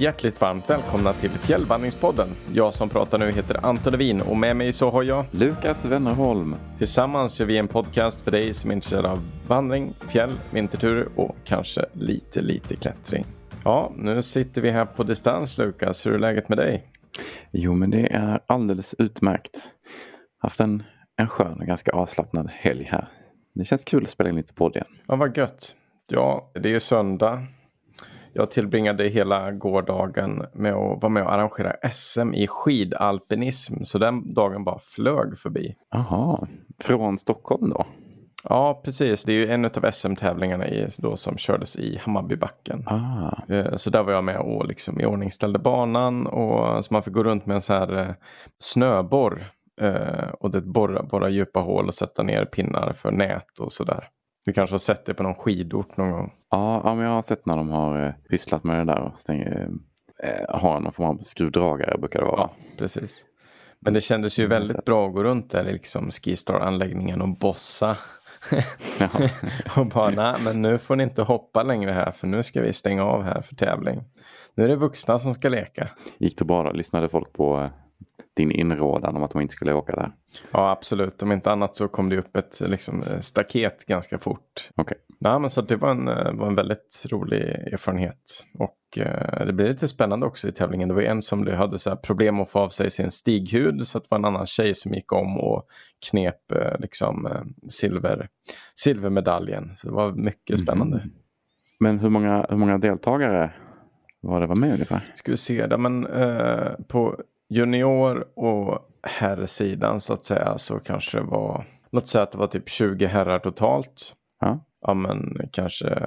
hjärtligt varmt välkomna till Fjällvandringspodden. Jag som pratar nu heter Anton Levin och med mig så har jag Lukas Wennerholm. Tillsammans gör vi en podcast för dig som är intresserad av vandring, fjäll, vinterturer och kanske lite klättring. Ja, nu sitter vi här på distans, Lukas. Hur är läget med dig? Jo, men det är alldeles utmärkt. Haft en skön och ganska avslappnad helg här. Det känns kul att spela in lite podd igen. Ja, vad gött. Ja, det är ju söndag. Jag tillbringade hela gårdagen med att vara med och arrangera SM i skidalpinism. Så den dagen bara flög förbi. Jaha, från Stockholm då? Ja, precis. Det är ju en av SM-tävlingarna som kördes i Hammarbybacken. Så där var jag med och liksom i ordning ställde banan. Och så man fick gå runt med en så här snöborr. Och det borra djupa hål och sätta ner pinnar för nät och sådär. Du kanske har sett det på någon skidort någon gång? Ja, men jag har sett när de har pysslat med det där och har någon form av skruvdragare brukar det vara. Ja, precis. Men det kändes ju väldigt bra att gå runt där liksom Skistar-anläggningen och bossa. Och bara, nej men nu får ni inte hoppa längre här för nu ska vi stänga av här för tävling. Nu är det vuxna som ska leka. Gick det bra då? Lyssnade folk på din inrådan om att de inte skulle åka där? Ja, absolut. Om inte annat så kom det upp ett staket ganska fort. Okej. Ja, men så det var en väldigt rolig erfarenhet. Och det blev lite spännande också i tävlingen. Det var en som hade så här problem att få av sig sin stighud. Så det var en annan tjej som gick om och knep silvermedaljen. Så det var mycket spännande. Men hur många deltagare var med ungefär? Ska vi se där, men på junior och herrsidan så att säga så kanske det var, låt säga att det var typ 20 herrar totalt. Ja men kanske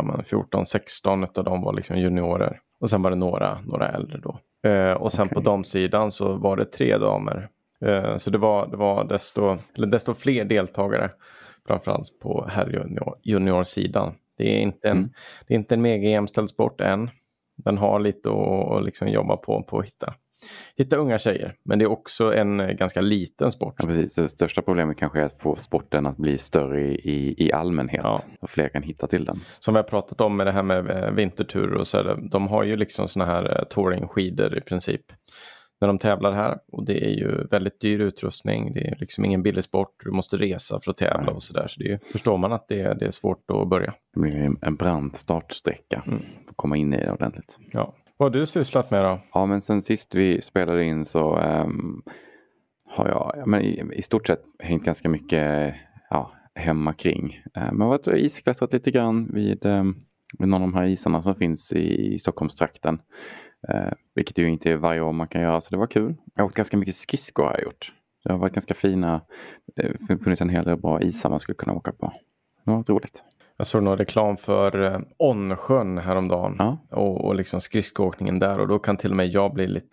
14-16 av dem var liksom juniorer. Och sen var det några äldre då. Och sen på damsidan så var det 3 damer. Så det var desto fler deltagare. Framförallt på juniorsidan. Det är inte en mega jämställd sport än. Den har lite att liksom jobba på att hitta unga tjejer. Men det är också en ganska liten sport. Ja, precis. Det största problemet kanske är att få sporten att bli större i allmänhet. Ja. Och fler kan hitta till den. Som vi har pratat om med det här med vinterturer och så är det, de har ju liksom såna här touringskidor i princip. När de tävlar här. Och det är ju väldigt dyr utrustning. Det är liksom ingen billig sport. Du måste resa för att tävla och sådär. Så det är ju, förstår man att det är svårt att börja. Det blir en brant startsträcka. För att komma in i det ordentligt. Ja. Vad har du sysslat med då? Ja, men sen sist vi spelade in så har jag i stort sett hängt ganska mycket hemma kring. Men jag har varit isklättrat lite grann vid någon av de här isarna som finns i Stockholmstrakten. Vilket ju inte är varje år man kan göra, så det var kul. Jag har åkt ganska mycket skridskor har jag gjort. Det har varit ganska fina, funnits en hel del bra isar man skulle kunna åka på. Det har varit roligt. Jag såg någon reklam för Ånsjön häromdagen. Ja. Och liksom skridskoåkningen där. Och då kan till och med jag bli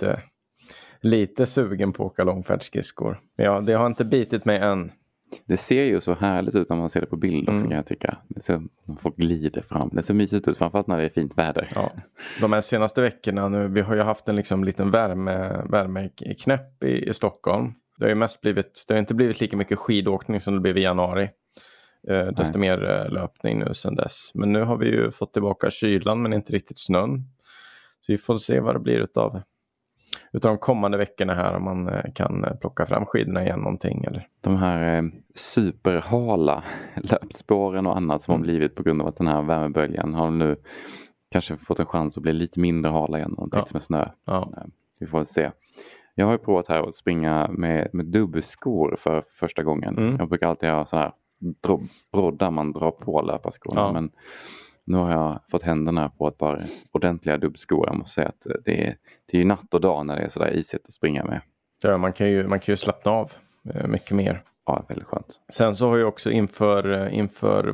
lite sugen på att åka långfärdsskridskor. Men ja, det har inte bitit mig än. Det ser ju så härligt ut när man ser det på bild också kan jag tycka. Det ser folk glider fram. Det ser mysigt ut framförallt när det är fint väder. Ja. De här senaste veckorna nu, vi har ju haft en liten värmeknäpp i Stockholm. Det har inte blivit lika mycket skidåkning som det blev i januari. Desto mer löpning nu sedan dess. Men nu har vi ju fått tillbaka kylan men inte riktigt snön. Så vi får se vad det blir utav de kommande veckorna här. Om man kan plocka fram skidorna igen någonting. Eller? De här superhala löpspåren och annat som har blivit på grund av att den här värmeböljan har nu kanske fått en chans att bli lite mindre hala igen. Och med snö. Ja. Vi får se. Jag har ju provat här att springa med dubbelskor för första gången. Jag brukar alltid ha så här broddar man drar på löparskorna. Men nu har jag fått händerna på ett par ordentliga dubbskor. Jag måste säga att det är ju natt och dag när det är sådär isigt att springa med. Ja, man kan ju slappna av mycket mer. Ja, väldigt skönt. Sen så har jag också inför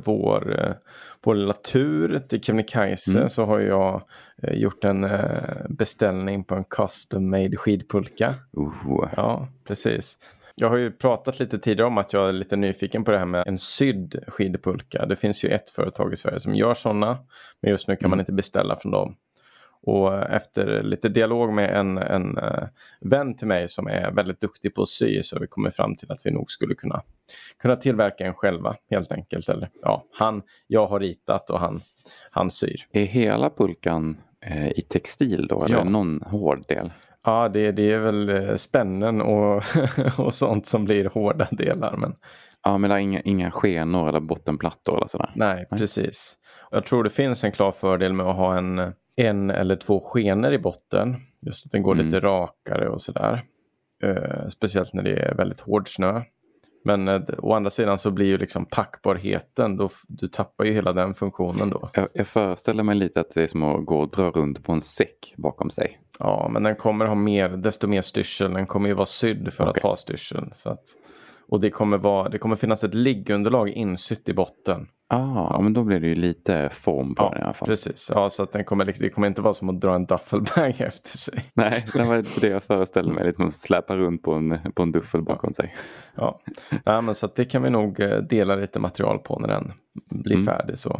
vår lilla tur till Kebnekaise så har jag gjort en beställning på en custom made skidpulka. Ja, precis. Jag har ju pratat lite tidigare om att jag är lite nyfiken på det här med en sydd skidpulka. Det finns ju ett företag i Sverige som gör sådana. Men just nu kan man inte beställa från dem. Och efter lite dialog med en vän till mig som är väldigt duktig på att sy, så har vi kommit fram till att vi nog skulle kunna tillverka en själva helt enkelt. Eller, ja, jag har ritat och han syr. Är hela pulkan i textil då? Eller någon hård del? Ja, det är väl spännen och, och sånt som blir hårda delar. Men... Ja, men det är inga skenor eller bottenplattor eller sådär? Nej, precis. Jag tror det finns en klar fördel med att ha en eller två skenor i botten. Just att den går lite rakare och sådär. Speciellt när det är väldigt hård snö. Men å andra sidan så blir ju liksom packbarheten, du tappar ju hela den funktionen då. Jag föreställer mig lite att det är som att gå och dra runt på en säck bakom sig. Ja, men den kommer ha desto mer styrsel. Den kommer ju vara sydd för att ha styrsel. Så att, och det kommer finnas ett liggunderlag insytt i botten. Ja, men då blir det ju lite form på den i alla fall. Precis. Ja, så att det kommer inte vara som att dra en duffelbag efter sig. Nej, det var det jag föreställde mig. Lite som att släpa runt på en duffel bakom sig. Ja, men så att det kan vi nog dela lite material på när den blir färdig så.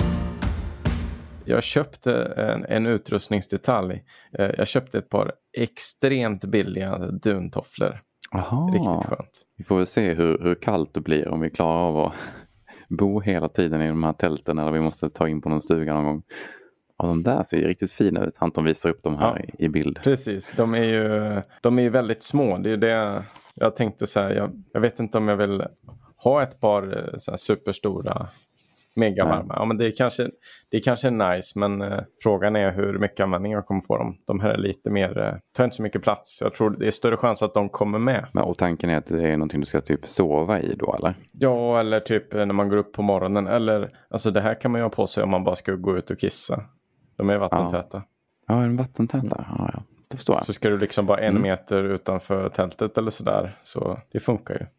Jag köpte en utrustningsdetalj. Jag köpte ett par extremt billiga duntofflor. Aha. Riktigt skönt. Vi får väl se hur kallt det blir om vi klarar av att bo hela tiden i de här tälten eller vi måste ta in på någon stuga någon gång. Ja, de där ser ju riktigt fina ut. Anton visar upp dem här i bild. Precis, de är ju väldigt små. Det är det jag tänkte så här. Jag vet inte om jag vill ha ett par så här superstora megavarma. Ja, men det kanske är nice, men frågan är hur mycket användning jag kommer få dem. De här är lite mer, tar inte så mycket plats. Jag tror det är större chans att de kommer med. Men, och tanken är att det är någonting du ska typ sova i då, eller? Ja, eller typ när man går upp på morgonen. Eller, alltså det här kan man ju ha på sig om man bara ska gå ut och kissa. De är vattentäta. Ja, är de vattentäta? Ja. Det förstår jag. Så ska du liksom bara 1 meter utanför tältet eller sådär. Så det funkar ju.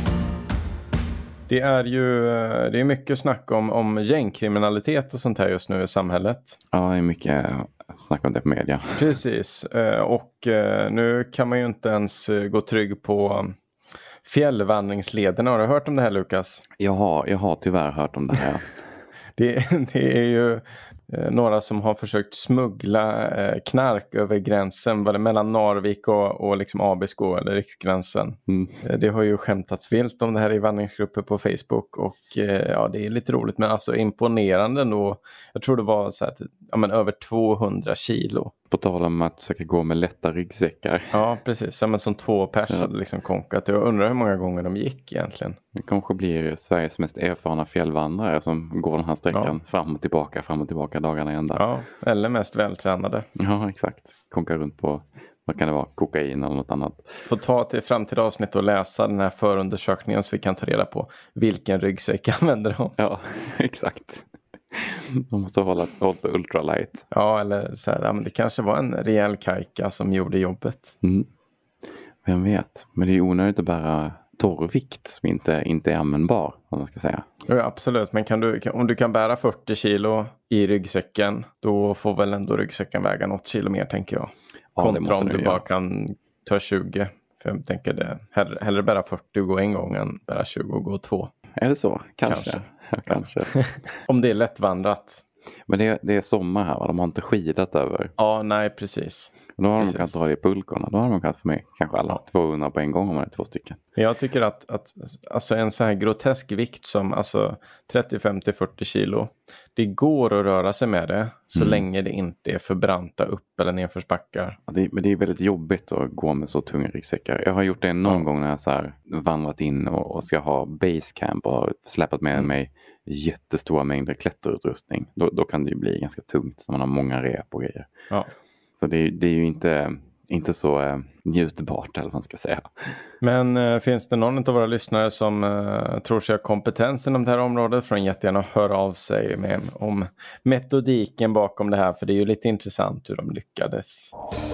Det är mycket snack om gängkriminalitet och sånt här just nu i samhället. Ja, det är mycket snack om det på media. Precis. Och nu kan man ju inte ens gå trygg på fjällvandringslederna. Har du hört om det här, Lukas? Jag har tyvärr hört om det här. Det är ju några som har försökt smuggla knark över gränsen mellan Narvik och liksom Abisko eller riksgränsen. Det har ju skämtats vilt om det här i vandringsgrupper på Facebook och det är lite roligt men alltså imponerande ändå. Jag tror det var så här, över 200 kilo. På tal om att försöka gå med lätta ryggsäckar. Ja, precis. Ja, men som 2 pers hade liksom konkat. Jag undrar hur många gånger de gick egentligen. Det kanske blir Sveriges mest erfarna fjällvandrare som går den här sträckan fram och tillbaka dagarna ända. Ja, eller mest vältränade. Ja, exakt. Konka runt på, vad kan det vara, kokain eller något annat. Får ta till framtida avsnitt och läsa den här förundersökningen så vi kan ta reda på vilken ryggsäck använder de. Ja, exakt. De måste hålla ultralight. Ja, eller så här, men det kanske var en rejäl kajka som gjorde jobbet. Vem vet. Men det är onödigt att bära torrvikt som inte är användbar, om man ska säga. Ja, absolut. Men om du kan bära 40 kilo i ryggsäcken, då får väl ändå ryggsäcken väga något kilo mer, tänker jag. Ja, kontra om du bara kan ta 20. För jag tänker det. Hellre bära 40 och gå en gång än bära 20 och gå 2. Är det så? Kanske. Ja, kanske. Om det är lättvandrat. Men det är sommar här, va? De har inte skidat över. Ja, nej, precis. Och då har de kunnat dra det i pulkorna. Då har de kunnat för mig kanske alla 200 på en gång om man är 2 stycken. Jag tycker att alltså en så här grotesk vikt som alltså 30, 50, 40 kilo. Det går att röra sig med det så länge det inte är för branta upp- eller nedförsbackar. Ja, men det är väldigt jobbigt att gå med så tunga ryggsäckar. Jag har gjort det någon gång när jag så här vandrat in och ska ha basecamp och släpat med mig jättestora mängder klätterutrustning. Då kan det ju bli ganska tungt när man har många rep och grejer. Ja. Så det är ju inte så njutbart, eller vad man ska säga. Men finns det någon av våra lyssnare som tror sig ha kompetens inom det här området, får jättegärna höra av sig om metodiken bakom det här, för det är ju lite intressant hur de lyckades.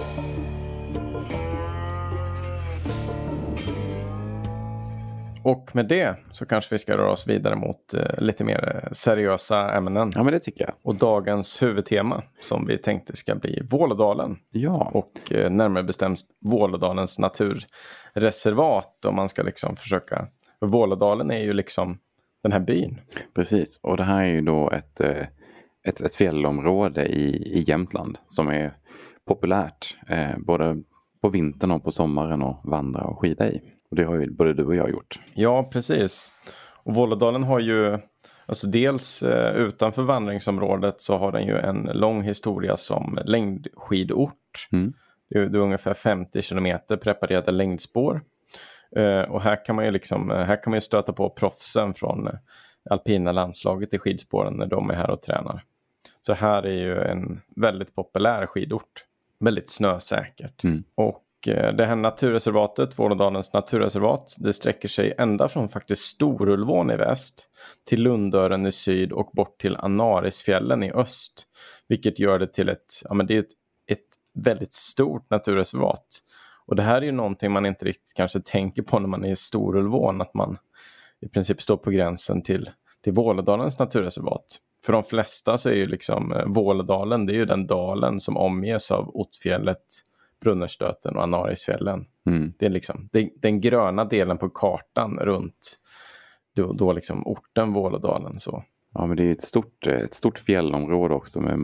Och med det så kanske vi ska röra oss vidare mot lite mer seriösa ämnen. Ja, men det tycker jag. Och dagens huvudtema som vi tänkte ska bli Vålådalen. Ja. Och närmare bestämt Vålådalens naturreservat, om man ska liksom försöka. För Vålådalen är ju liksom den här byn. Precis, och det här är ju då ett fjällområde i Jämtland som är populärt både på vintern och på sommaren att vandra och skida i. Och det har ju både du och jag gjort. Ja, precis. Och Vålådalen har ju Alltså dels utanför vandringsområdet så har den ju en lång historia som längdskidort. Det är ungefär 50 kilometer preparerade längdspår. Och här kan man ju här kan man ju stöta på proffsen från alpina landslaget i skidspåren när de är här och tränar. Så här är ju en väldigt populär skidort. Väldigt snösäkert. Och det här naturreservatet, Vålådalens naturreservat, det sträcker sig ända från faktiskt Storulvån i väst till Lundören i syd och bort till Anarisfjällen i öst. Vilket gör det till ett väldigt stort naturreservat. Och det här är ju någonting man inte riktigt kanske tänker på när man är i Storulvån, att man i princip står på gränsen till Vålådalens naturreservat. För de flesta så är ju Vålådalen, det är ju den dalen som omges av Ottfjället, Brunnerstöten och Anarisfjällen. Det är den gröna delen på kartan runt då orten Vålådalen. Så. Ja, men det är ett stort fjällområde också med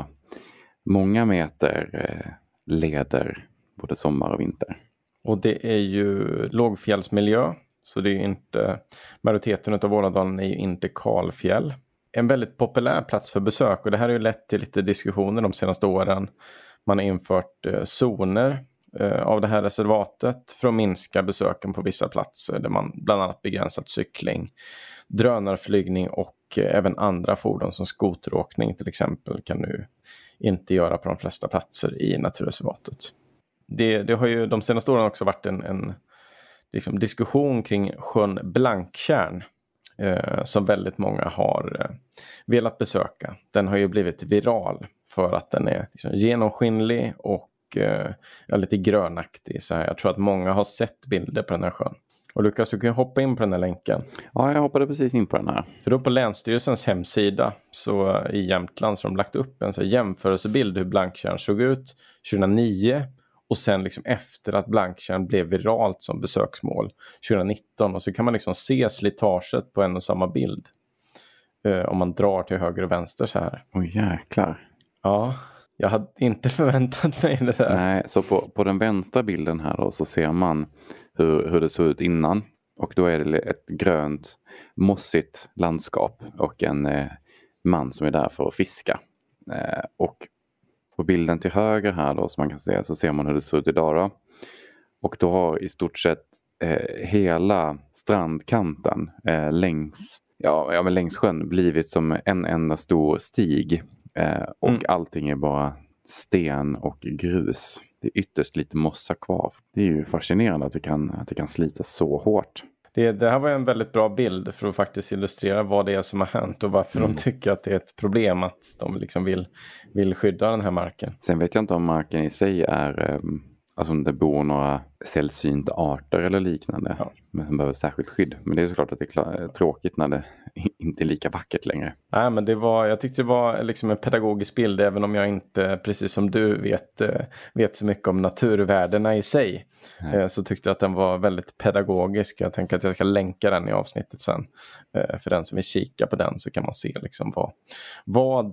många meter leder både sommar och vinter. Och det är ju lågfjällsmiljö, så det är inte, majoriteten av Vålådalen är ju inte kalfjäll. En väldigt populär plats för besök, och det här har ju lett till lite diskussioner de senaste åren. Man har infört zoner av det här reservatet för att minska besöken på vissa platser där man bland annat begränsat cykling, drönarflygning och även andra fordon som skoteråkning till exempel kan nu inte göra på de flesta platser i naturreservatet. Det har ju de senaste åren också varit en diskussion kring sjön Blanktjärn som väldigt många har velat besöka. Den har ju blivit viral för att den är genomskinlig och lite grönaktig. Så här. Jag tror att många har sett bilder på den här sjön. Och Lukas, du kan ju hoppa in på den här länken. Ja, jag hoppade precis in på den här. För då på Länsstyrelsens hemsida så i Jämtland så har de lagt upp en så jämförelsebild hur Blanktjärn såg ut 2009 och sen efter att Blanktjärn blev viralt som besöksmål 2019. Och så kan man se slitaget på en och samma bild om man drar till höger och vänster så här. Åh jäklar. Ja, jag hade inte förväntat mig det där. Nej, så på den vänstra bilden här då så ser man hur det såg ut innan. Och då är det ett grönt, mossigt landskap och en man som är där för att fiska. Och på bilden till höger här då som man kan se så ser man hur det ser ut idag då. Och då har i stort sett hela strandkanten längs sjön blivit som en enda stor stig. Och allting är bara sten och grus. Det är ytterst lite mossa kvar. Det är ju fascinerande att det kan slita så hårt. Det här var en väldigt bra bild för att faktiskt illustrera vad det är som har hänt och varför de tycker att det är ett problem att de vill skydda den här marken. Sen vet jag inte om marken i sig är om det bor några sällsynta arter eller liknande. Ja. Men som behöver särskilt skydd. Men det är såklart att det är tråkigt när det inte är lika vackert längre. Nej, men jag tyckte det var en pedagogisk bild, även om jag inte, precis som du vet så mycket om naturvärdena i sig. Så tyckte jag att den var väldigt pedagogisk. Jag tänker att jag ska länka den i avsnittet sen. För den som vill kika på den så kan man se vad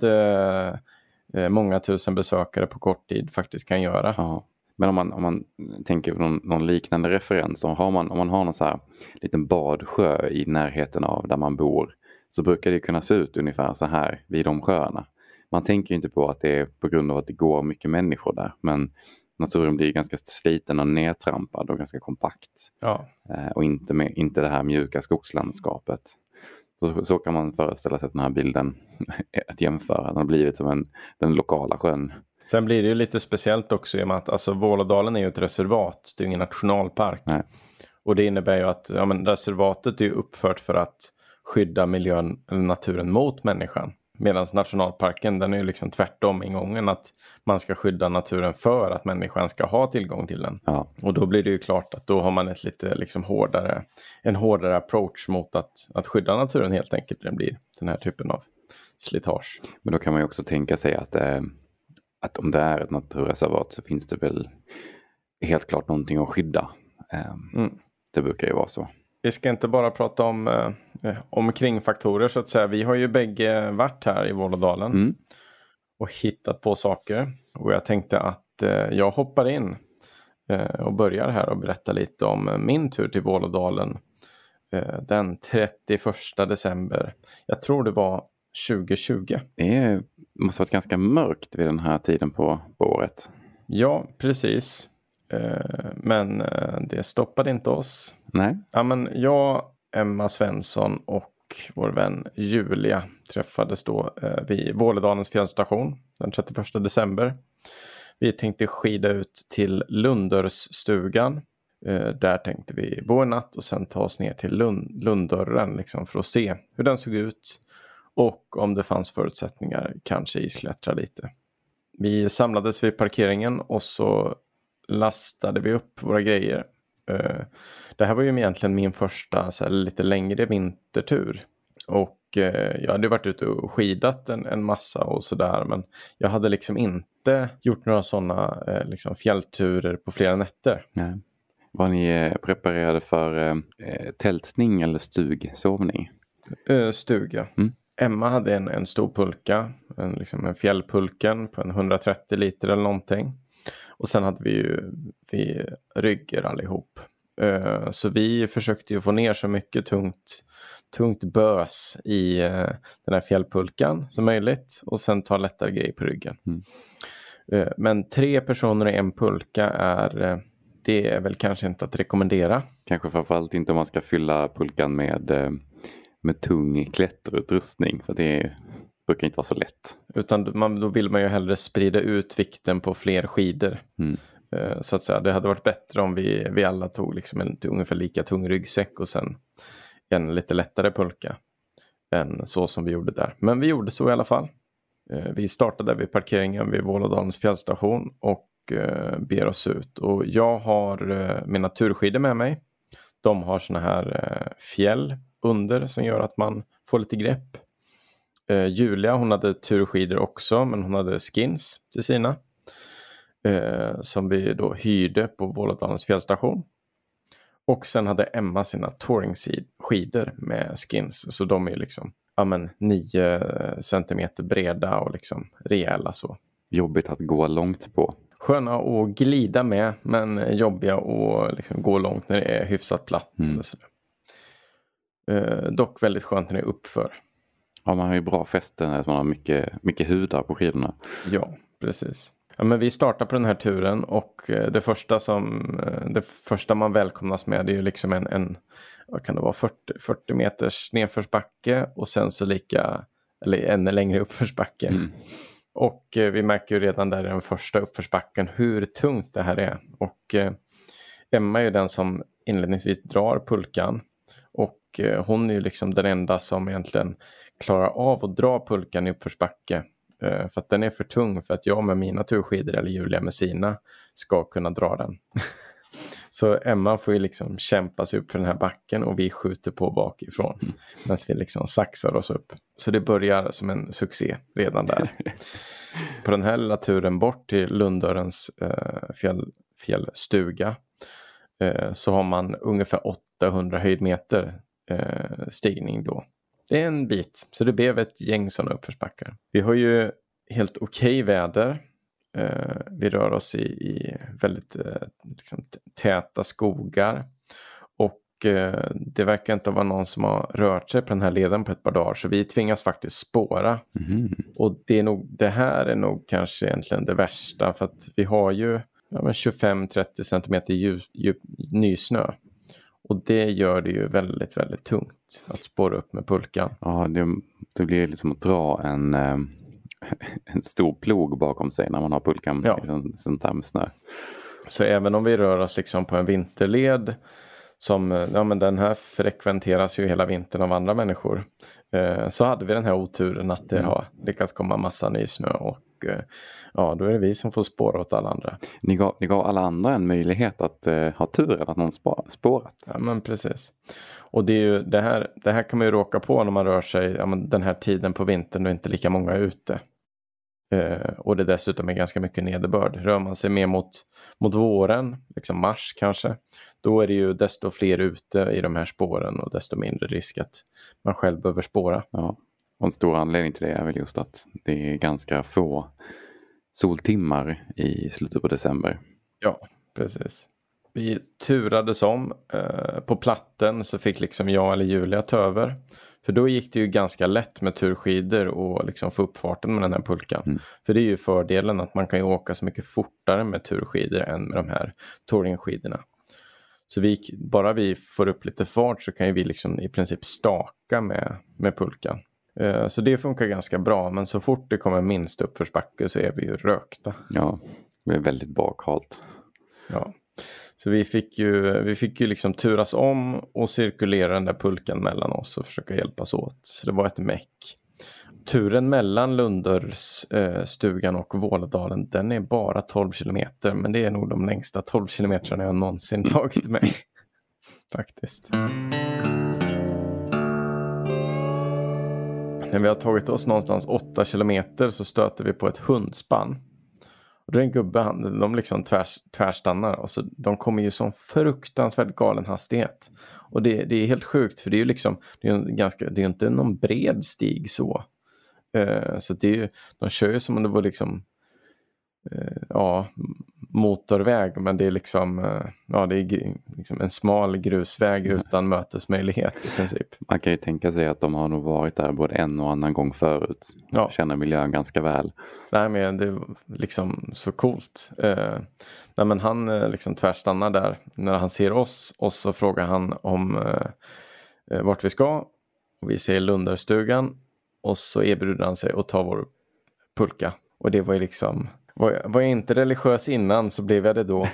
många tusen besökare på kort tid faktiskt kan göra. Ja. Men om man tänker på någon liknande referens, om man har någon så här liten badsjö i närheten av där man bor, så brukar det kunna se ut ungefär så här vid de sjöarna. Man tänker ju inte på att det är på grund av att det går mycket människor där, men naturen blir ganska sliten och nedtrampad och ganska kompakt. Ja. Och inte det här mjuka skogslandskapet. Så kan man föreställa sig att den här bilden att jämföra. Den har blivit som den lokala sjön. Sen blir det ju lite speciellt också i och med att Vålådalen är ju ett reservat, det är ju ingen nationalpark. Nej. Och det innebär ju att reservatet är uppfört för att skydda miljön eller naturen mot människan. Medan nationalparken, den är ju tvärtom ingången, att man ska skydda naturen för att människan ska ha tillgång till den. Ja. Och då blir det ju klart att då har man ett lite en hårdare approach mot att skydda naturen helt enkelt. Det blir den här typen av slitage. Men då kan man ju också tänka sig att om det är ett naturreservat så finns det väl helt klart någonting att skydda. Det brukar ju vara så. Vi ska inte bara prata om omkringfaktorer så att säga. Vi har ju bägge varit här i Vålådalen och hittat på saker. Och jag tänkte att jag hoppar in och börjar här och berätta lite om min tur till Vålådalen den 31 december. Jag tror det var 2020. Det måste ha varit ganska mörkt vid den här tiden på året. Ja, precis. Men det stoppade inte oss. Nej. Ja, men jag, Emma Svensson och vår vän Julia träffades då vid Vålådalens fjällstation den 31 december. Vi tänkte skida ut till Lundörsstugan. Där tänkte vi bo en natt och sen ta oss ner till Lundörren liksom, för att se hur den såg ut. Och om det fanns förutsättningar kanske isklättra lite. Vi samlades vid parkeringen och så lastade vi upp våra grejer. Det här var ju egentligen min första så här, lite längre vintertur. Och jag hade varit ute och skidat en massa och sådär. Men jag hade liksom inte gjort några sådana liksom fjällturer på flera nätter. Nej. Var ni preparerade för tältning eller stugsovning? Stuga. Emma hade en stor pulka. Liksom en fjällpulken på en 130 liter eller någonting. Och sen hade vi rygger allihop. Så vi försökte ju få ner så mycket tungt bös i den här fjällpulkan som möjligt. Och sen ta lättare grejer på ryggen. Men 3 personer i en pulka det är väl kanske inte att rekommendera. Kanske framförallt inte om man ska fylla pulkan med tung klätterutrustning. För det brukar inte vara så lätt. Utan då vill man ju hellre sprida ut vikten på fler skidor. Så att säga, det hade varit bättre om vi alla tog liksom en ungefär lika tung ryggsäck och sen en lite lättare pulka än så som vi gjorde där. Men vi gjorde så i alla fall. Vi startade vid parkeringen vid Vålådalens fjällstation och ber oss ut. Och jag har mina turskidor med mig. De har såna här fjäll under som gör att man får lite grepp. Julia, hon hade turskidor också, men hon hade skins till sina. Som vi då hyrde på Vålådalens fjällstation. Och sen hade Emma sina touringskidor med skins. Så de är liksom 9 centimeter breda och liksom rejäla så. Jobbigt att gå långt på. Sköna att glida med, men jobbiga att liksom gå långt när det är hyfsat platt. Eller så. Dock väldigt skönt när det är uppför. Ja, man har ju bra fästen när man har mycket hudar på skidorna. Ja, precis. Ja, men vi startar på den här turen och det första man välkomnas med är ju liksom en vad kan det vara, 40 meters nedförsbacke och sen så eller ännu längre uppförsbacke. Och vi märker ju redan där i den första uppförsbacken hur tungt det här är. Och Emma är ju den som inledningsvis drar pulkan. Och hon är ju liksom den enda som egentligen klarar av att dra pulkan i uppförsbacke. För att den är för tung för att jag med mina turskidor eller Julia med sina ska kunna dra den. Så Emma får ju liksom kämpa sig upp för den här backen och vi skjuter på bakifrån. Medan vi liksom saxar oss upp. Så det börjar som en succé redan där. På den här lilla turen bort till Lundörens fjällstuga så har man ungefär 800 höjdmeter stigning då. Det är en bit, så det blev ett gäng sådana uppförsbackar. Vi har ju helt okej väder. Vi rör oss i väldigt liksom, täta skogar. Och det verkar inte vara någon som har rört sig på den här leden på ett par dagar. Så vi tvingas faktiskt spåra. Och det här är nog kanske egentligen det värsta. För att vi har ju 25-30 centimeter djup nysnö. Och det gör det ju väldigt, väldigt tungt att spåra upp med pulkan. Ja, det blir liksom att dra en stor plog bakom sig när man har pulkan i sånt där med snö. Så även om vi rör oss liksom på en vinterled som, men den här frekventeras ju hela vintern av andra människor. Så hade vi den här oturen att det har lyckats komma massa ny snö och då är det vi som får spåra åt alla andra. Ni gav alla andra en möjlighet att ha turen att någon spårat. Ja, men precis. Och det är ju det här kan man ju råka på när man rör sig den här tiden på vintern då inte lika många är ute. Och det dessutom är ganska mycket nederbörd. Rör man sig mer mot våren, liksom mars kanske, då är det ju desto fler ute i de här spåren och desto mindre risk att man själv behöver spåra. Ja, och en stor anledning till det är väl just att det är ganska få soltimmar i slutet på december. Ja, precis. Vi turades om. På platten så fick liksom jag eller Julia ta över. För då gick det ju ganska lätt med turskidor och liksom få upp farten med den här pulkan. För det är ju fördelen att man kan ju åka så mycket fortare med turskidor än med de här touringskidorna. Så bara vi får upp lite fart så kan ju vi liksom i princip staka med pulkan. Så det funkar ganska bra, men så fort det kommer minst uppförsbacke så är vi ju rökta. Ja, det är väldigt bakhalt. Ja, så vi fick ju liksom turas om och cirkulera den där pulkan mellan oss och försöka hjälpas åt. Så det var ett meck. Turen mellan Lunderstugan och Vålådalen, den är bara 12 kilometer, men det är nog de längsta 12 kilometrarna jag någonsin tagit mig. Faktiskt. När vi har tagit oss någonstans 8 kilometer så stöter vi på ett hundspann. Och det är en gubbe, de liksom tvärstannar. Och så, de kommer ju som fruktansvärt galen hastighet. Och det är helt sjukt, för det är ju liksom, det är inte någon bred stig så. Så det är ju, de kör ju som om det var liksom motorväg, men det är liksom det är liksom en smal grusväg utan mötesmöjlighet i princip. Man kan ju tänka sig att de har nog varit där både en och annan gång förut. Ja. Känner miljön ganska väl. Nej, men det är liksom så coolt. Nej, men han liksom tvärstannar där när han ser oss, och så frågar han om vart vi ska. Och vi säger Lunderstugan, och så erbjuder han sig att ta vår pulka. Och det var ju liksom, var jag inte religiös innan så blev jag det då.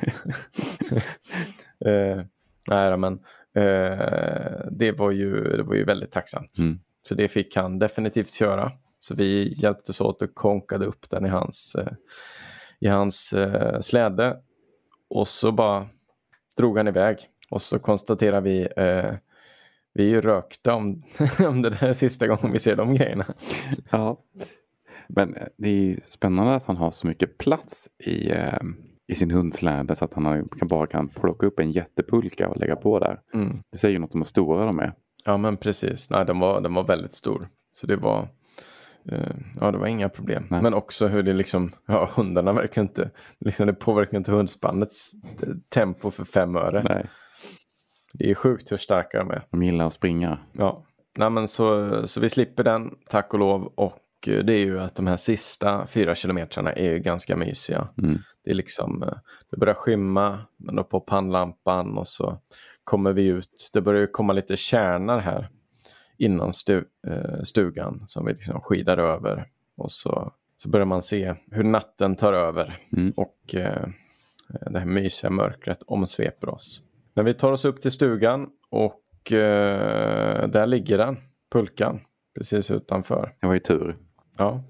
Nej, men det var ju väldigt tacksamt. Så det fick han definitivt köra. Så vi hjälptes åt och konkade upp den i hans släde. Och så bara drog han iväg. Och så konstaterar vi är ju rökta om det där sista gången vi ser de grejerna. Ja. Men det är spännande att han har så mycket plats i sin hundsläde så att han bara kan plocka upp en jättepulka och lägga på där. Det säger ju något om hur stora de är. Ja, men precis. Nej, den var väldigt stor. Så det var inga problem. Nej. Men också hur det liksom, hundarna verkar inte, liksom det påverkar inte hundspannets tempo för 5 öre. Nej. Det är sjukt hur starka de är. De gillar att springa. Ja. Nej, men så vi slipper den, tack och lov. Och det är ju att de här sista 4 kilometrarna är ju ganska mysiga. Det är liksom, det börjar skymma, men då på pannlampan, och så kommer vi ut. Det börjar ju komma lite kärnar här innan stugan som vi liksom skidar över. Och så börjar man se hur natten tar över. Och det här mysiga mörkret omsveper oss. När vi tar oss upp till stugan, och där ligger den, pulkan, precis utanför. Det var ju tur. Ja.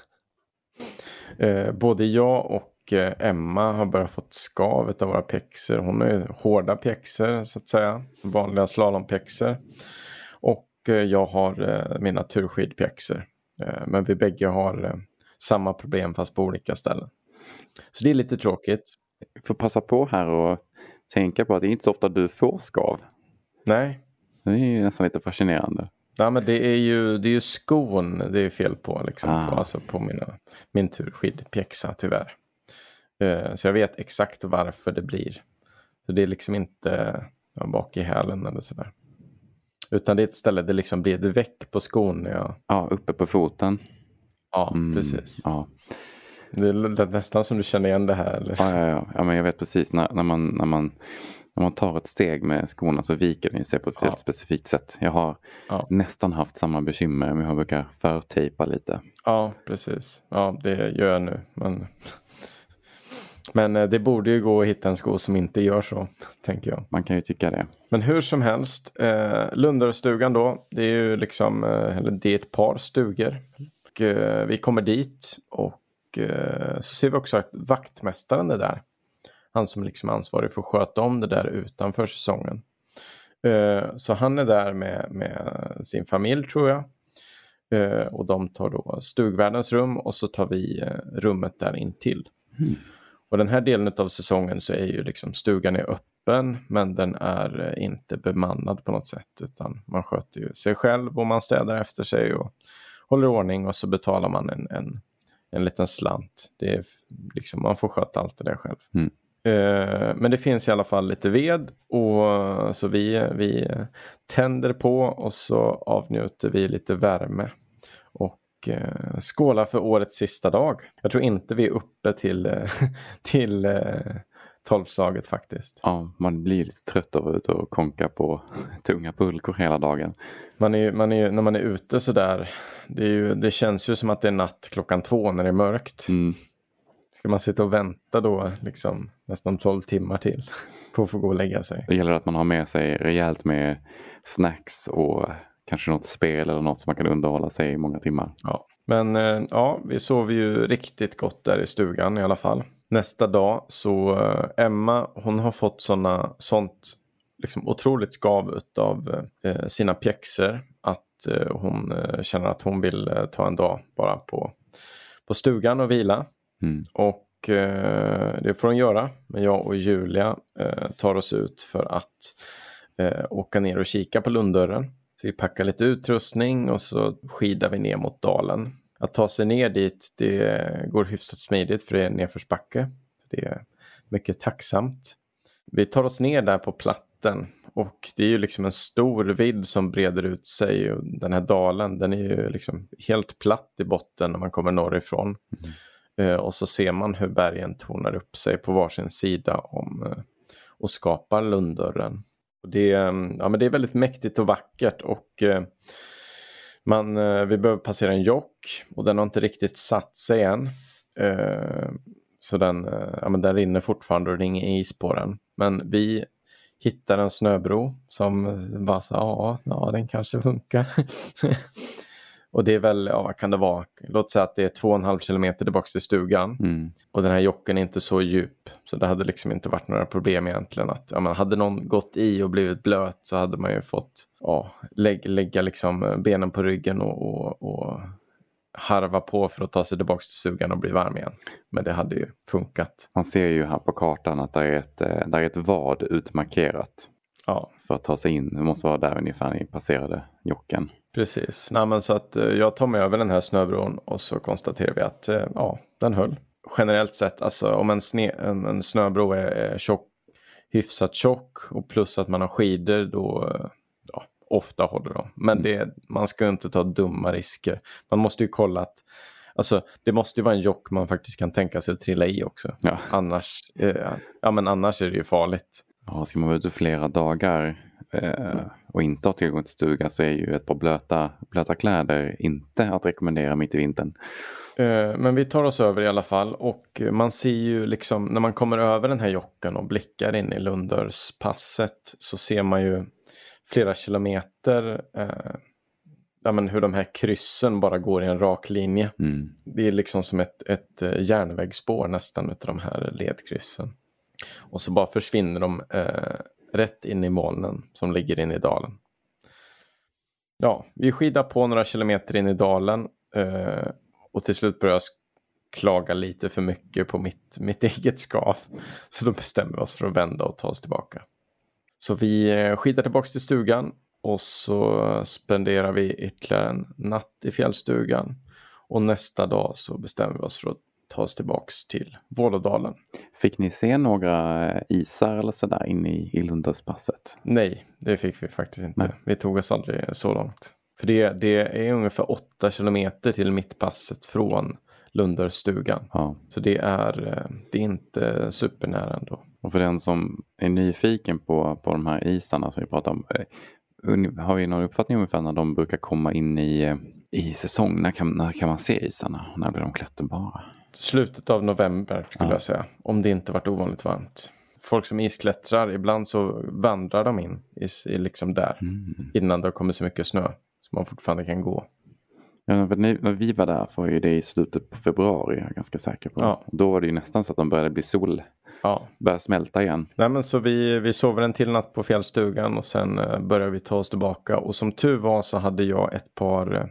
Både jag och Emma har börjat fått skav av våra pjäxor. Hon är ju hårda pjäxor så att säga. Vanliga slalompjäxor. Och jag har mina turskidpjäxor. Men vi bägge har samma problem fast på olika ställen. Så det är lite tråkigt. Jag får passa på här och tänka på att det är inte så ofta du får skav. Nej. Det är ju nästan lite fascinerande. Ja, men det är ju skon det är fel på liksom, på min turskidpjäxa tyvärr. Så jag vet exakt varför det blir. Så det är liksom inte bak i hälen eller sådär. Utan det är ett ställe där det liksom blir ett väck på skon. Ja, uppe på foten. Ja, precis. Ja. Det är nästan som du känner igen det här. Eller? Ja, men jag vet precis. När man tar ett steg med skorna så viker den sig på ett helt specifikt sätt. Jag har nästan haft samma bekymmer, men jag brukar förtejpa lite. Ja, precis. Ja, det gör jag nu. Men det borde ju gå att hitta en sko som inte gör så, tänker jag. Man kan ju tycka det. Men hur som helst, Lunderstugan då, det är ju liksom, det är ett par stugor. Och vi kommer dit, och så ser vi också att vaktmästaren är där. Han som liksom är ansvarig för att sköta om det där utanför säsongen. Så han är där med sin familj, tror jag. Och de tar då stugvärdens rum, och så tar vi rummet där intill. Och den här delen av säsongen så är ju liksom stugan är öppen, men den är inte bemannad på något sätt. Utan man sköter ju sig själv och man städar efter sig och håller ordning, och så betalar man en liten slant. Det är liksom, man får sköta allt det där själv. Men det finns i alla fall lite ved och så vi tänder på och så avnjuter vi lite värme och skålar för årets sista dag. Jag tror inte vi är uppe till 12-slaget faktiskt. Ja, man blir lite trött av att ut och konka på tunga pulkor hela dagen. När man är ute så där, det känns ju som att det är natt 2:00 när det är mörkt. Ska man sitta och vänta då liksom nästan 12 timmar till på att få gå och lägga sig. Det gäller att man har med sig rejält med snacks och kanske något spel eller något som man kan underhålla sig i många timmar. Ja, men vi sover ju riktigt gott där i stugan i alla fall. Nästa dag så Emma, hon har fått sånt liksom otroligt skav av sina pjäxor att hon känner att hon vill ta en dag bara på stugan och vila. Och det får hon göra. Men jag och Julia tar oss ut för att åka ner och kika på Lunddörren. Så vi packar lite utrustning och så skidar vi ner mot dalen. Att ta sig ner dit, det går hyfsat smidigt för det är en nedförsbacke. Det är mycket tacksamt. Vi tar oss ner där på platten och det är ju liksom en stor vidd som breder ut sig. Och den här dalen, den är ju liksom helt platt i botten när man kommer norrifrån. Och så ser man hur bergen tornar upp sig på varsin sida och skapar Lunddörren. Och men det är väldigt mäktigt och vackert och vi behöver passera en jock och den har inte riktigt satt sig än. Så den rinner fortfarande och det är ingen is på den. Men vi hittar en snöbro som bara så, ja den kanske funkar. Och det är väl, vad kan det vara? Låt säga att det är 2,5 kilometer tillbaka till stugan. Och den här jocken är inte så djup. Så det hade liksom inte varit några problem egentligen. Att, hade någon gått i och blivit blöt så hade man ju fått lägga liksom benen på ryggen och harva på för att ta sig tillbaka till stugan och bli varm igen. Men det hade ju funkat. Man ser ju här på kartan att där är ett vad utmarkerat. Ja. För att ta sig in. Det måste vara där ungefär ni passerade jocken. Precis. Så att jag tar mig över den här snöbron och så konstaterar vi att den höll. Generellt sett, alltså om en snöbro är tjock, hyfsat tjock och plus att man har skidor då ofta håller de. Men man ska inte ta dumma risker. Man måste ju kolla att det måste ju vara en jock man faktiskt kan tänka sig att trilla i också. Ja. Annars är det ju farligt. Ja, ska man vara ute flera dagar och inte ha tillgång till stuga så är ju ett par blöta kläder inte att rekommendera mitt i vintern. Men vi tar oss över i alla fall och man ser ju liksom när man kommer över den här jocken och blickar in i Lunddörrspasset så ser man ju flera kilometer hur de här kryssen bara går i en rak linje. Det är liksom som ett järnvägsspår nästan utav de här ledkryssen. Och så bara försvinner de rätt in i molnen som ligger in i dalen. Ja, vi skidar på några kilometer in i dalen och till slut börjar jag klaga lite för mycket på mitt eget skav. Så då bestämmer vi oss för att vända och ta oss tillbaka. Så vi skidar tillbaka till stugan och så spenderar vi ytterligare en natt i fjällstugan. Och nästa dag så bestämmer vi oss för att ta oss tillbaks till Vålådalen. Fick ni se några isar eller sådär inne i Lunddörrspasset? Nej, det fick vi faktiskt inte. Nej. Vi tog oss aldrig så långt. För det är ungefär 8 kilometer till mittpasset från Lunddörrstugan. Ja. Så det är inte supernära ändå. Och för den som är nyfiken på de här isarna som vi pratar om, har vi någon uppfattning ungefär när de brukar komma in i säsong? När kan man se isarna? När blir de klätterbara? Slutet av november skulle jag säga. Om det inte varit ovanligt varmt. Folk som isklättrar, ibland så vandrar de in i liksom där. Innan det har kommit så mycket snö. Så man fortfarande kan gå. Ja, när vi var där var ju det i slutet på februari, jag är ganska säker på. Ja. Då var det ju nästan så att de började bli började smälta igen. Nej, men så vi sover en till natt på fjällstugan och sen började vi ta oss tillbaka. Och som tur var så hade jag ett par,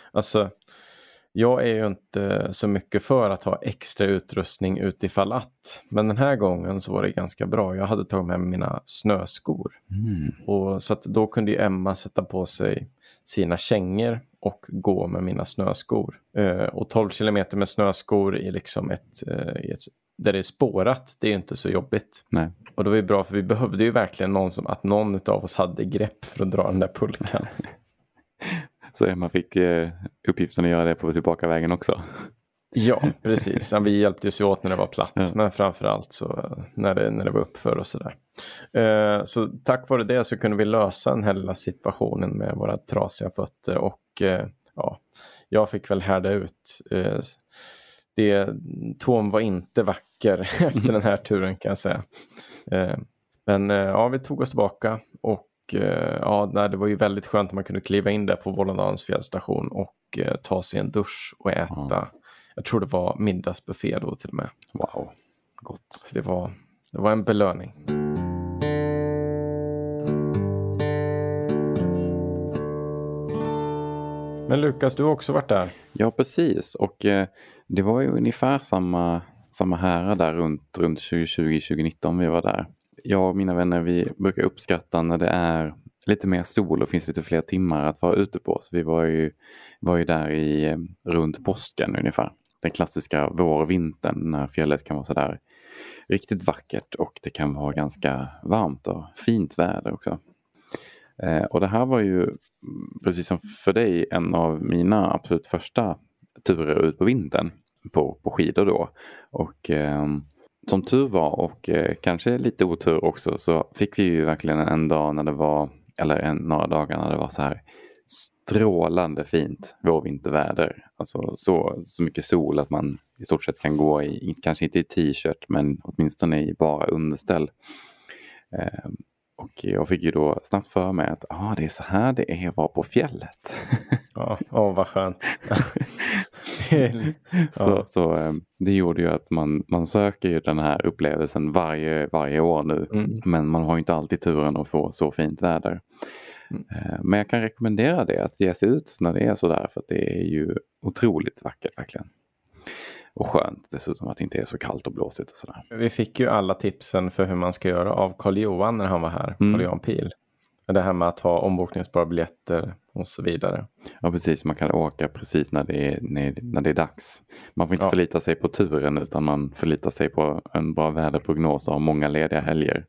jag är ju inte så mycket för att ha extra utrustning utifall att. Men den här gången så var det ganska bra. Jag hade tagit med mina snöskor. Och så att då kunde ju Emma sätta på sig sina kängor och gå med mina snöskor. Och 12 kilometer med snöskor i liksom där det är spårat, det är ju inte så jobbigt. Nej. Och det var ju bra, för vi behövde ju verkligen någon av oss hade grepp för att dra den där pulkan. Så man fick uppgiften att göra det på tillbaka-vägen också. Ja, precis. Vi hjälpte oss åt när det var platt, men framförallt så när det var uppför och sådär. Så tack vare det så kunde vi lösa den här lilla situationen med våra trasiga fötter, och jag fick väl härda ut. Tån var inte vacker efter den här turen, kan jag säga. Men vi tog oss tillbaka, och det var ju väldigt skönt att man kunde kliva in där på Vålådalens fjällstation och ta sig en dusch och äta. Jag tror det var middagsbuffé då till och med. Wow, gott. Så det var en belöning. Men Lukas, du har också varit där. Ja, precis. Och det var ju ungefär samma här där runt 2020-2019 vi var där. Jag och mina vänner, vi brukar uppskatta när det är lite mer sol och finns lite fler timmar att vara ute på. Så vi var ju där runt påsken ungefär. Den klassiska vårvintern när fjället kan vara sådär riktigt vackert och det kan vara ganska varmt och fint väder också. Och det här var ju, precis som för dig, en av mina absolut första turer ut på vintern på skidor då. Och som tur var, och kanske lite otur också, så fick vi ju verkligen en dag när det var, eller några dagar när det var så här strålande fint vårvinterväder. Alltså så mycket sol att man i stort sett kan gå kanske inte i t-shirt, men åtminstone i bara underställ. Och jag fick ju då snabbt för mig att det är så här det är att vara på fjället. Ja, vad skönt. Så det gjorde ju att man söker ju den här upplevelsen varje år nu. Men man har ju inte alltid turen att få så fint väder. Men jag kan rekommendera det, att ge sig ut när det är så där, för att det är ju otroligt vackert verkligen. Och skönt dessutom att det inte är så kallt och blåsigt och sådär. Vi fick ju alla tipsen för hur man ska göra av Carl-Johan när han var här. Carl-Johan Pil. Det här med att ha ombokningsbara biljetter och så vidare. Ja, precis. Man kan åka precis när det är dags. Man får inte förlita sig på turen, utan man förlitar sig på en bra väderprognos och har många lediga helger.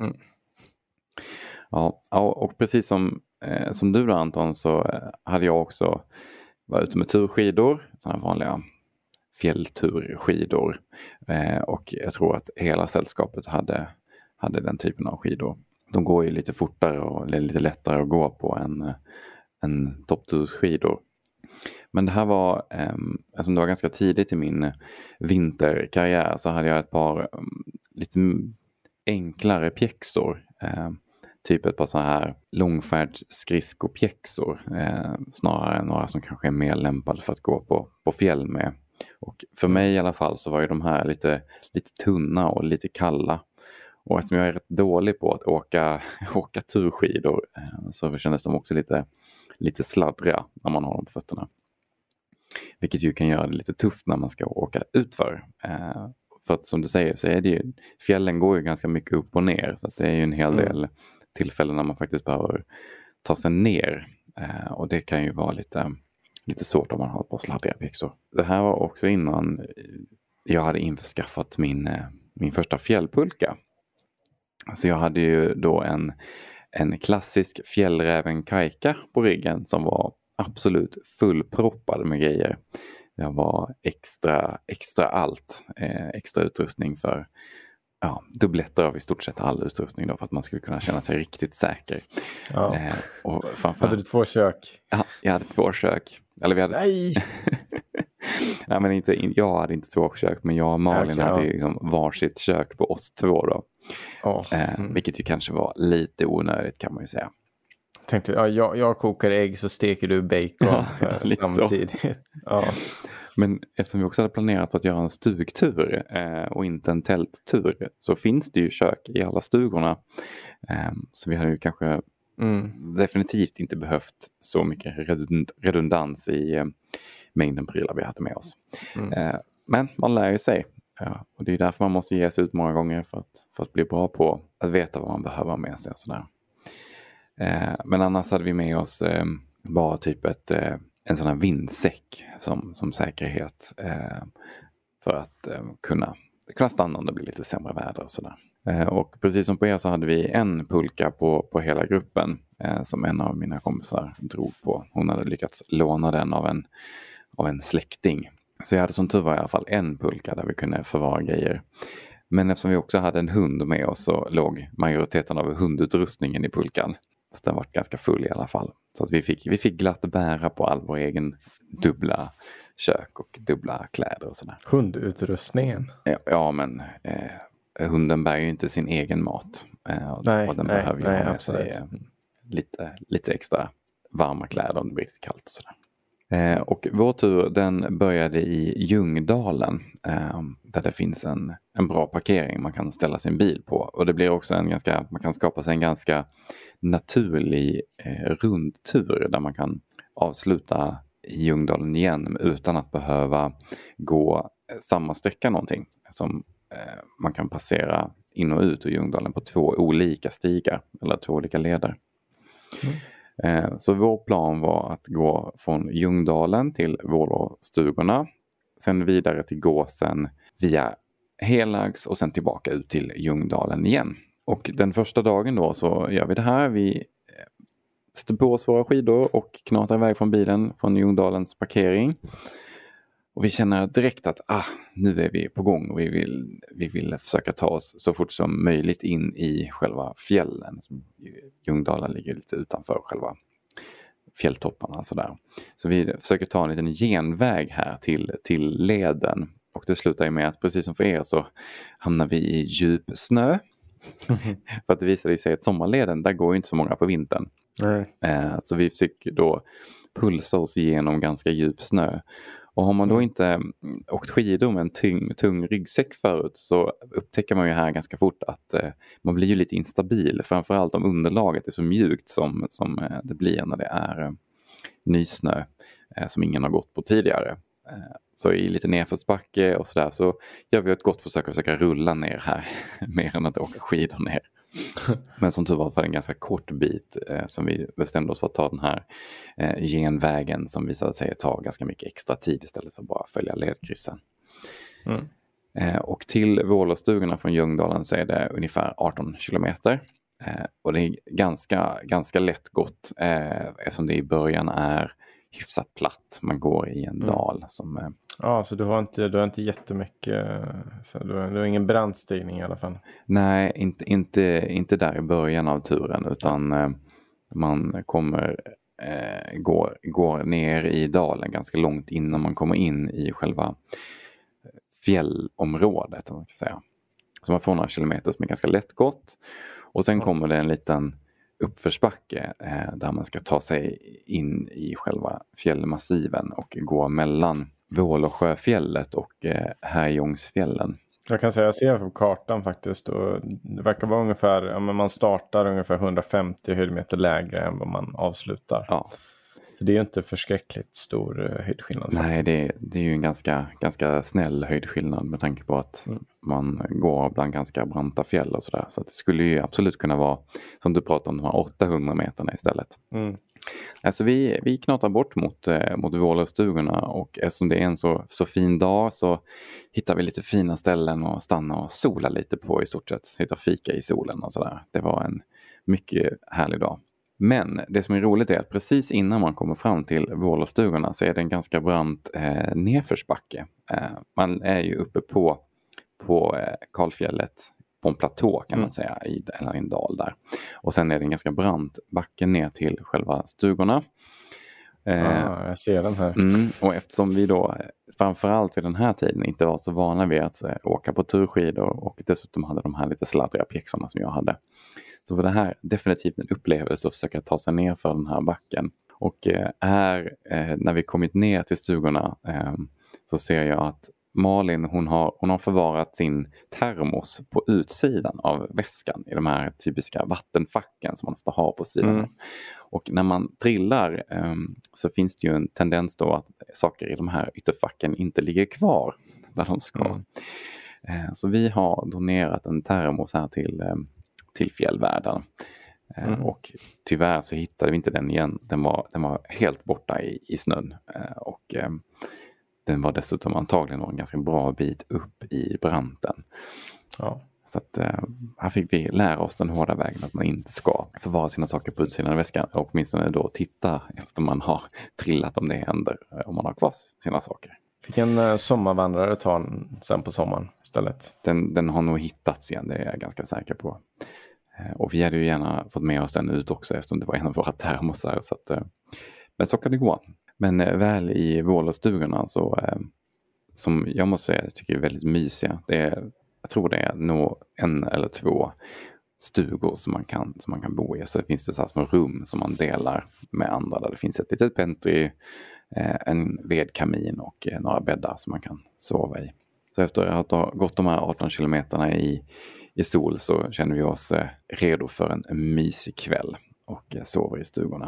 Ja, och precis som du då, Anton, så hade jag också varit ute med turskidor. Sådana vanliga fjällturskidor. Och jag tror att hela sällskapet hade den typen av skidor. De går ju lite fortare och det är lite lättare att gå på en topptursskidor. Men det här var, eftersom det var ganska tidigt i min vinterkarriär, så hade jag ett par lite enklare pjäxor. Typ ett par så här långfärdsskridskopjäxor. Snarare än några som kanske är mer lämpade för att gå på fjäll med. Och för mig i alla fall så var ju de här lite tunna och lite kalla. Och eftersom jag är rätt dålig på att åka turskidor, så kändes de också lite sladdriga när man har dem på fötterna. Vilket ju kan göra det lite tufft när man ska åka utför. För att som du säger så är det ju, fjällen går ju ganska mycket upp och ner. Så att det är ju en hel del tillfällen när man faktiskt behöver ta sig ner. Och det kan ju vara lite svårt om man har ett par sladdriga pjäxor. Det här var också innan jag hade införskaffat min första fjällpulka. Så jag hade ju då en klassisk fjällräven kajka på ryggen som var absolut fullproppad med grejer. Jag var extra allt. Extra utrustning för dubbletter av i stort sett all utrustning då, för att man skulle kunna känna sig riktigt säker. Ja. Och hade du 2 kök? Ja, jag hade 2 kök. Eller vi hade... Nej! Nej, men jag hade inte 2 kök, men jag och Malin hade liksom varsitt kök på oss 2 då. Vilket ju kanske var lite onödigt, kan man ju säga. Tänkte, jag kokar ägg så steker du bacon samtidigt. Ja. Men eftersom vi också hade planerat att göra en stugtur och inte en tälttur, så finns det ju kök i alla stugorna. Så vi hade ju kanske definitivt inte behövt så mycket redundans i mängden prylar vi hade med oss. Men man lär ju sig. Och det är därför man måste ge sig ut många gånger för att bli bra på att veta vad man behöver med sig och sådär. Men annars hade vi med oss bara typ ett en sån här vindsäck som säkerhet för att kunna stanna om det blir lite sämre väder och sådär. Och precis som på er så hade vi en pulka på hela gruppen som en av mina kompisar drog på. Hon hade lyckats låna den av en släkting. Så jag hade som tur var i alla fall en pulka där vi kunde förvara grejer. Men eftersom vi också hade en hund med oss så låg majoriteten av hundutrustningen i pulkan. Så den var ganska full i alla fall. Så att vi fick glatt bära på all vår egen dubbla kök och dubbla kläder och sådär. Hundutrustningen? Ja, men hunden bär ju inte sin egen mat. Och den behöver ju ha med sig lite extra varma kläder om det blir riktigt kallt och sådär. Och vår tur den började i Ljungdalen där det finns en bra parkering man kan ställa sin bil på. Och det blir också man kan skapa sig en ganska naturlig rundtur där man kan avsluta i Ljungdalen igen utan att behöva gå samma sträcka någonting. Som man kan passera in och ut ur Ljungdalen på 2 olika stigar eller 2 olika leder. Så vår plan var att gå från Ljungdalen till Vålåstugorna, sen vidare till Gåsen via Helags och sen tillbaka ut till Ljungdalen igen. Och den första dagen då så gör vi det här. Vi sätter på oss våra skidor och knatar iväg från bilen från Ljungdalens parkering. Och vi känner direkt att nu är vi på gång och vi vill försöka ta oss så fort som möjligt in i själva fjällen. Ljungdalen ligger lite utanför själva fjälltopparna. Så vi försöker ta en liten genväg här till leden. Och det slutar med att precis som för er så hamnar vi i djup snö. För att det visade sig att sommarleden, där går ju inte så många på vintern. Så vi fick då pulsa oss igenom ganska djup snö. Och har man då inte åkt skidor med en tung ryggsäck förut så upptäcker man ju här ganska fort att man blir ju lite instabil. Framförallt om underlaget är så mjukt som det blir när det är nysnö som ingen har gått på tidigare. Så i lite nedförsbacke och sådär så gör vi ett gott försök att försöka rulla ner här mer än att åka skidor ner. Men som tur var för en ganska kort bit som vi bestämde oss för att ta den här genvägen som visade sig ta ganska mycket extra tid istället för att bara följa ledkryssen. Och till Vålåstugorna från Ljungdalen så är det ungefär 18 kilometer. Och det är ganska lätt gått eftersom det i början är hyfsat platt. Man går i en dal som... Ja, så du har inte jättemycket, så du har ingen brandstigning i alla fall? Nej, inte där i början av turen utan man kommer går ner i dalen ganska långt innan man kommer in i själva fjällområdet. Man kan säga. Så man får några kilometer som är ganska lättgått och sen kommer det en liten uppförsbacke där man ska ta sig in i själva fjällmassiven och gå mellan Vålåsjöfjället och Herrljungsfjällen. Jag kan säga, jag ser på kartan faktiskt och det verkar vara ungefär, men man startar ungefär 150 höjdmeter lägre än vad man avslutar. Ja. Så det är ju inte förskräckligt stor höjdskillnad. Nej, det är ju en ganska snäll höjdskillnad med tanke på att man går bland ganska branta fjäll och sådär. Så att det skulle ju absolut kunna vara, som du pratade om, de här 800 meterna istället. Alltså vi knatar bort mot Vålåstugorna och eftersom det är en så fin dag så hittar vi lite fina ställen att stanna och sola lite på i stort sett. Sitta och fika i solen och sådär. Det var en mycket härlig dag. Men det som är roligt är att precis innan man kommer fram till Vålåstugorna så är det en ganska brant nedförsbacke. Man är ju uppe på Kalfjället på en platå kan man säga, i en dal där. Och sen är det en ganska brant backe ner till själva stugorna. Jag ser den här. Och eftersom vi då framförallt vid den här tiden inte var så vana vid att åka på turskidor och dessutom hade de här lite sladdriga pjäxorna som jag hade. Så var det här definitivt en upplevelse att försöka ta sig ner för den här backen. Och när vi kommit ner till stugorna så ser jag att Malin hon har förvarat sin termos på utsidan av väskan i de här typiska vattenfacken som man ofta har på sidan. Och när man trillar så finns det ju en tendens då att saker i de här ytterfacken inte ligger kvar där de ska. Så vi har donerat en termos här till fjällvärlden. Och tyvärr så hittade vi inte den igen. Den var helt borta i snön. Och den var dessutom antagligen en ganska bra bit upp i branten. Ja. Så att här fick vi lära oss den hårda vägen att man inte ska förvara sina saker på utsidan av väskan. Och åtminstone då titta efter man har trillat om det händer. Om man har kvar sina saker. Fick en sommarvandrare ta den sen på sommaren istället? Den har nog hittats igen, det är jag ganska säker på. Och vi hade ju gärna fått med oss den ut också eftersom det var en av våra termosar. Så att, men så kan det gå. Men väl i Vålåstugorna så som jag måste säga jag tycker är väldigt mysiga. Jag tror det är nog 1 eller 2 stugor som man kan bo i. Så det finns det så här små rum som man delar med andra där det finns ett litet pentry, en vedkamin och några bäddar som man kan sova i. Så efter att ha gått de här 18 kilometerna i sol så känner vi oss redo för en mysig kväll och sover i stugorna.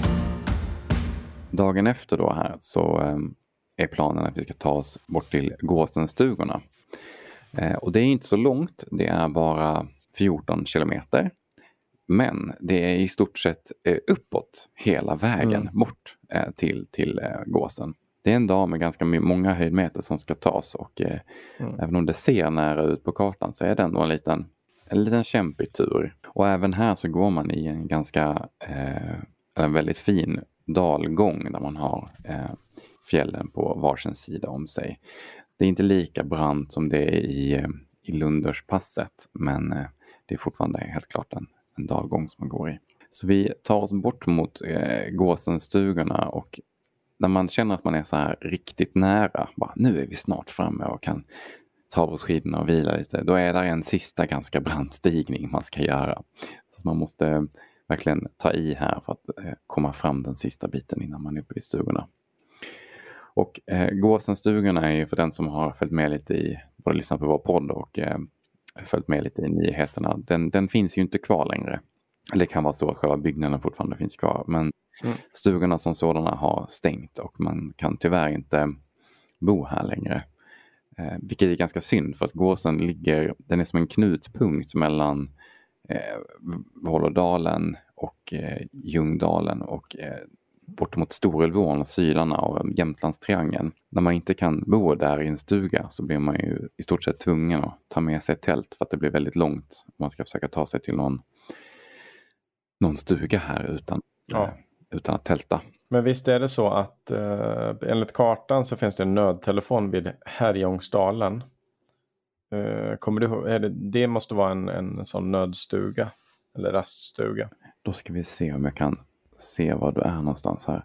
Dagen efter då här så är planen att vi ska ta oss bort till Gåsenstugorna. Och det är inte så långt, det är bara 14 kilometer. Men det är i stort sett uppåt hela vägen bort till Gåsen. Det är en dag med ganska många höjdmeter som ska tas och även om det ser nära ut på kartan så är det ändå en liten kämpig tur. Och även här så går man i en väldigt fin dalgång där man har fjällen på varsin sida om sig. Det är inte lika brant som det är i Lunderspasset men det är fortfarande helt klart en dalgång som man går i. Så vi tar oss bort mot Gåsenstugorna och när man känner att man är så här riktigt nära, bara, nu är vi snart framme och kan ta av oss skidorna och vila lite. Då är det en sista ganska brant stigning man ska göra. Så man måste verkligen ta i här för att komma fram den sista biten innan man är uppe i stugorna. Och Gåsenstugorna är ju för den som har följt med lite i, både lyssnat på vår podd och följt med lite i nyheterna. Den finns ju inte kvar längre. Eller det kan vara så att själva byggnaden fortfarande finns kvar. Men stugorna som sådana har stängt och man kan tyvärr inte bo här längre. Vilket är ganska synd för att Gåsen den är som en knutpunkt mellan Vålådalen och Ljungdalen och bort mot Storulvån och Sylarna och Jämtlandstriangeln. När man inte kan bo där i en stuga så blir man ju i stort sett tvungen att ta med sig ett tält för att det blir väldigt långt om man ska försöka ta sig till någon stuga här utan att tälta. Men visst är det så att enligt kartan så finns det en nödtelefon vid Härjångsdalen. Kommer du ihåg? Det måste vara en sån nödstuga eller raststuga. Då ska vi se om jag kan se var du är någonstans här.